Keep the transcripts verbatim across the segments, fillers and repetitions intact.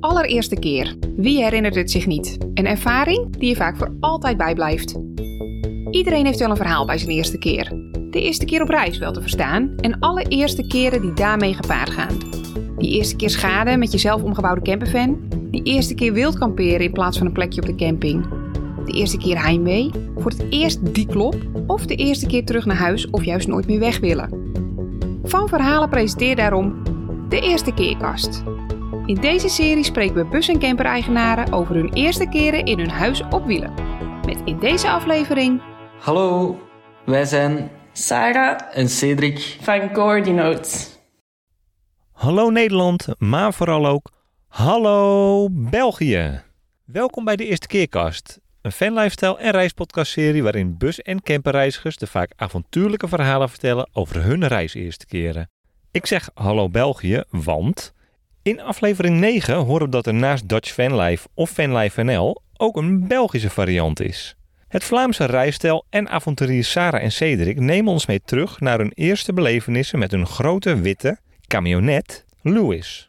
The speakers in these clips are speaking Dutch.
allereerste keer. Wie herinnert het zich niet? Een ervaring die je vaak voor altijd bijblijft. Iedereen heeft wel een verhaal bij zijn eerste keer. De eerste keer op reis wel te verstaan en alle eerste keren die daarmee gepaard gaan. Die eerste keer schade met je zelf omgebouwde campervan. Die eerste keer wild kamperen in plaats van een plekje op de camping. De eerste keer heimwee, voor het eerst die klop of de eerste keer terug naar huis of juist nooit meer weg willen. Van Verhalen presenteert daarom de Eerste Keerkast. In deze serie spreken we bus- en camper-eigenaren over hun eerste keren in hun huis op wielen. Met in deze aflevering... Hallo, wij zijn Sarah en Cedric van Coordinotes. Hallo Nederland, maar vooral ook hallo België. Welkom bij de Eerste Keerkast, een fanlifestyle en reispodcastserie waarin bus- en camperreizigers de vaak avontuurlijke verhalen vertellen over hun reiseerste keren. Ik zeg hallo België, want in aflevering negen horen we dat er naast Dutch Vanlife of Vanlife N L ook een Belgische variant is. Het Vlaamse reisstijl en avonturiers Sarah en Cedric nemen ons mee terug naar hun eerste belevenissen met hun grote witte camionet Lewis.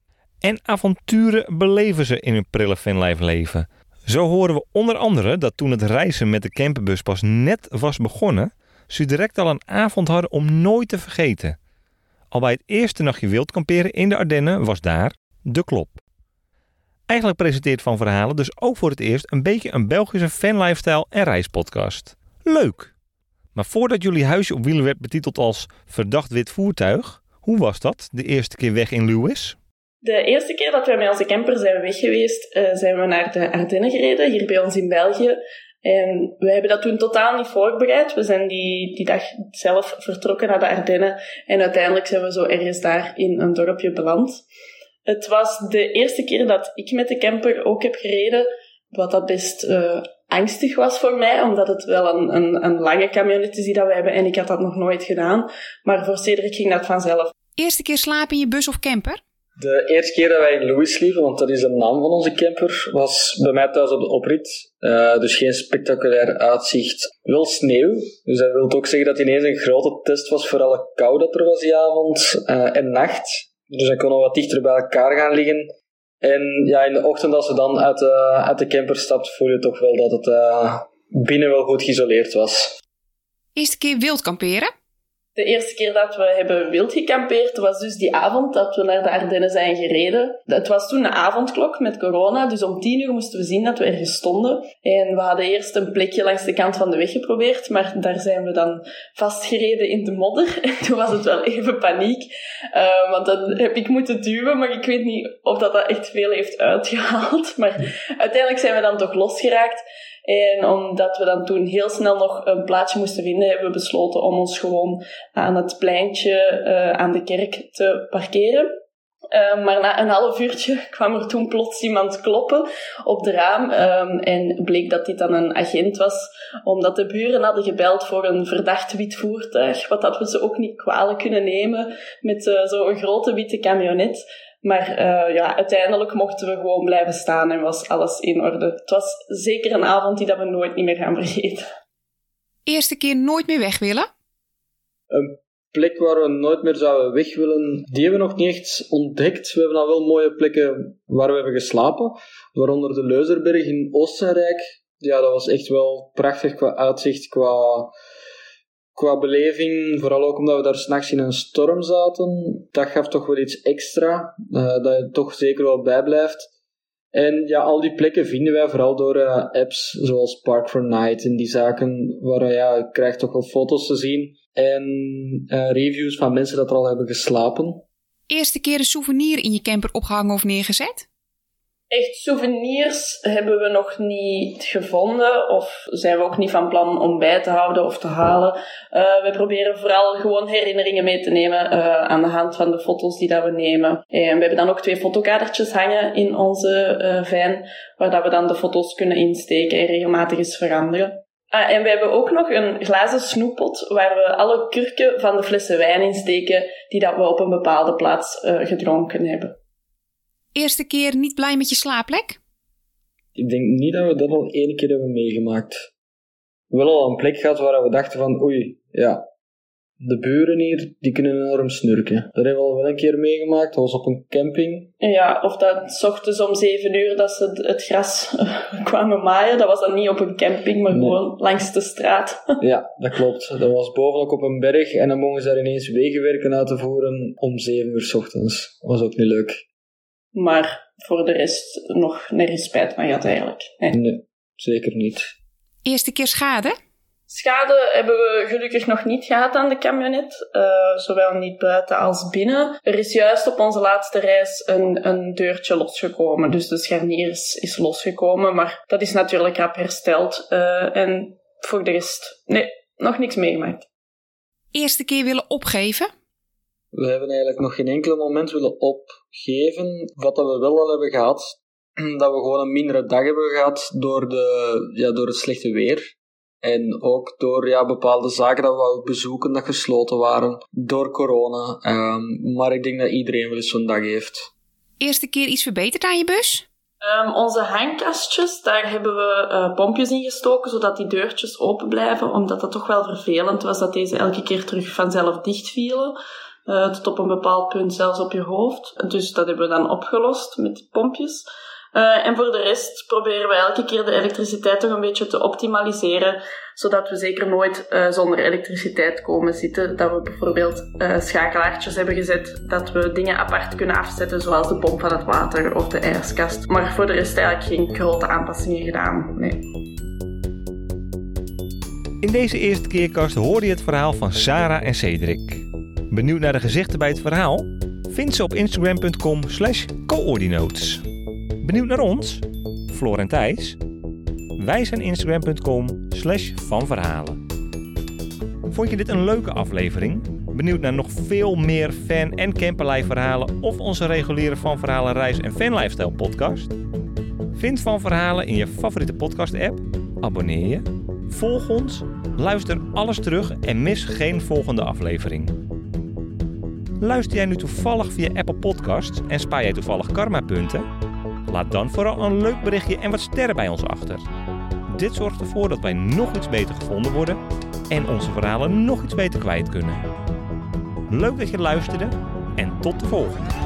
En avonturen beleven ze in hun prille vanlife leven. Zo horen we onder andere dat toen het reizen met de camperbus pas net was begonnen, ze direct al een avond hadden om nooit te vergeten. Al bij het eerste nachtje wild kamperen in de Ardennen was daar de klop. Eigenlijk presenteert Van Verhalen dus ook voor het eerst een beetje een Belgische fanlifestyle en reispodcast. Leuk! Maar voordat jullie huisje op wielen werd betiteld als verdacht wit voertuig, hoe was dat de eerste keer weg in Lewis? De eerste keer dat wij met onze camper zijn weg geweest, uh, zijn we naar de Ardennen gereden, hier bij ons in België. En we hebben dat toen totaal niet voorbereid. We zijn die, die dag zelf vertrokken naar de Ardennen en uiteindelijk zijn we zo ergens daar in een dorpje beland. Het was de eerste keer dat ik met de camper ook heb gereden, wat dat best uh, angstig was voor mij, omdat het wel een, een, een lange camionet is die dat we hebben en ik had dat nog nooit gedaan. Maar voor Cedric ging dat vanzelf. Eerste keer slapen in je bus of camper? De eerste keer dat wij in Lewis sliepen, want dat is de naam van onze camper, was bij mij thuis op de oprit. Uh, dus geen spectaculair uitzicht. Wel sneeuw, dus dat wil ook zeggen dat het ineens een grote test was voor alle kou dat er was die avond uh, en nacht. Dus dan konden we wat dichter bij elkaar gaan liggen. En ja, in de ochtend als we dan uit de, uit de camper stapten, voel je toch wel dat het uh, binnen wel goed geïsoleerd was. Eerste keer wild kamperen? De eerste keer dat we hebben wild gekampeerd was dus die avond dat we naar de Ardennen zijn gereden. Het was toen een avondklok met corona, dus om tien uur moesten we zien dat we ergens stonden. En we hadden eerst een plekje langs de kant van de weg geprobeerd, maar daar zijn we dan vastgereden in de modder. En toen was het wel even paniek, uh, want dan heb ik moeten duwen, maar ik weet niet of dat, dat echt veel heeft uitgehaald. Maar uiteindelijk zijn we dan toch losgeraakt. En omdat we dan toen heel snel nog een plaatsje moesten vinden, hebben we besloten om ons gewoon aan het pleintje uh, aan de kerk te parkeren. Uh, maar na een half uurtje kwam er toen plots iemand kloppen op de raam. Um, en bleek dat dit dan een agent was, omdat de buren hadden gebeld voor een verdacht wit voertuig. Wat dat we ze ook niet kwalijk kunnen nemen met uh, zo'n grote witte camionet. Maar uh, ja, uiteindelijk mochten we gewoon blijven staan en was alles in orde. Het was zeker een avond die dat we nooit niet meer gaan vergeten. Eerste keer nooit meer weg willen? Een plek waar we nooit meer zouden weg willen, die hebben we nog niet echt ontdekt. We hebben al wel mooie plekken waar we hebben geslapen. Waaronder de Leuzerberg in Oostenrijk. Ja, dat was echt wel prachtig qua uitzicht, qua... Qua beleving, vooral ook omdat we daar 's nachts in een storm zaten, dat gaf toch wel iets extra, uh, dat je toch zeker wel bijblijft. En ja, al die plekken vinden wij vooral door uh, apps zoals Park for Night en die zaken, waar uh, ja, je krijgt toch wel foto's te zien en uh, reviews van mensen dat er al hebben geslapen. Eerste keer een souvenir in je camper opgehangen of neergezet? Echt souvenirs hebben we nog niet gevonden of zijn we ook niet van plan om bij te houden of te halen. Uh, we proberen vooral gewoon herinneringen mee te nemen uh, aan de hand van de foto's die dat we nemen. En we hebben dan ook twee fotokadertjes hangen in onze uh, van, waar dat we dan de foto's kunnen insteken en regelmatig eens veranderen. Ah, en we hebben ook nog een glazen snoeppot waar we alle kurken van de flessen wijn insteken die dat we op een bepaalde plaats uh, gedronken hebben. Eerste keer niet blij met je slaapplek? Ik denk niet dat we dat al één keer hebben meegemaakt. Wel al een plek gehad waar we dachten van oei, ja, de buren hier, die kunnen enorm snurken. Dat hebben we al wel een keer meegemaakt. Dat was op een camping. Ja, of dat 's ochtends om zeven uur dat ze het gras kwamen maaien. Dat was dan niet op een camping, maar nee. gewoon langs de straat. Ja, dat klopt. Dat was bovenop op een berg en dan mogen ze daar ineens wegenwerken uit te voeren om zeven uur 's ochtends. Dat was ook niet leuk. Maar voor de rest nog nergens spijt van gehad eigenlijk. Nee. nee, zeker niet. Eerste keer schade? Schade hebben we gelukkig nog niet gehad aan de camionet. Uh, zowel niet buiten als binnen. Er is juist op onze laatste reis een, een deurtje losgekomen. Dus de scharnier is, is losgekomen. Maar dat is natuurlijk rap hersteld. Uh, en voor de rest, nee, nog niks meegemaakt. Eerste keer willen opgeven? We hebben eigenlijk nog geen enkel moment willen opgeven. Wat dat we wel al hebben gehad, dat we gewoon een mindere dag hebben gehad door, de, ja, door het slechte weer. En ook door ja, bepaalde zaken dat we wouden bezoeken dat gesloten waren. Door corona. Um, maar ik denk dat iedereen wel eens zo'n dag heeft. Eerste keer iets verbeterd aan je bus? Um, onze hangkastjes, daar hebben we uh, pompjes in gestoken, zodat die deurtjes open blijven. Omdat dat toch wel vervelend was dat deze elke keer terug vanzelf dicht vielen. Uh, tot op een bepaald punt zelfs op je hoofd. Dus dat hebben we dan opgelost met die pompjes. Uh, en voor de rest proberen we elke keer de elektriciteit toch een beetje te optimaliseren, zodat we zeker nooit uh, zonder elektriciteit komen zitten. Dat we bijvoorbeeld uh, schakelaartjes hebben gezet, dat we dingen apart kunnen afzetten, zoals de pomp van het water of de ijskast. Maar voor de rest eigenlijk geen grote aanpassingen gedaan, nee. In deze eerste keerkast hoorde je het verhaal van Sarah en Cedric. Benieuwd naar de gezichten bij het verhaal? Vind ze op instagram punt com slash coordinotes. Benieuwd naar ons? Floor en Thijs? Wij zijn instagram punt com slash vanverhalen. Vond je dit een leuke aflevering? Benieuwd naar nog veel meer fan- en camperlife verhalen of onze reguliere Van Verhalen reis- en fanlifestyle podcast? Vind Van Verhalen in je favoriete podcast app, abonneer je, volg ons, luister alles terug en mis geen volgende aflevering. Luister jij nu toevallig via Apple Podcasts en spaar jij toevallig karmapunten? Laat dan vooral een leuk berichtje en wat sterren bij ons achter. Dit zorgt ervoor dat wij nog iets beter gevonden worden en onze verhalen nog iets beter kwijt kunnen. Leuk dat je luisterde en tot de volgende.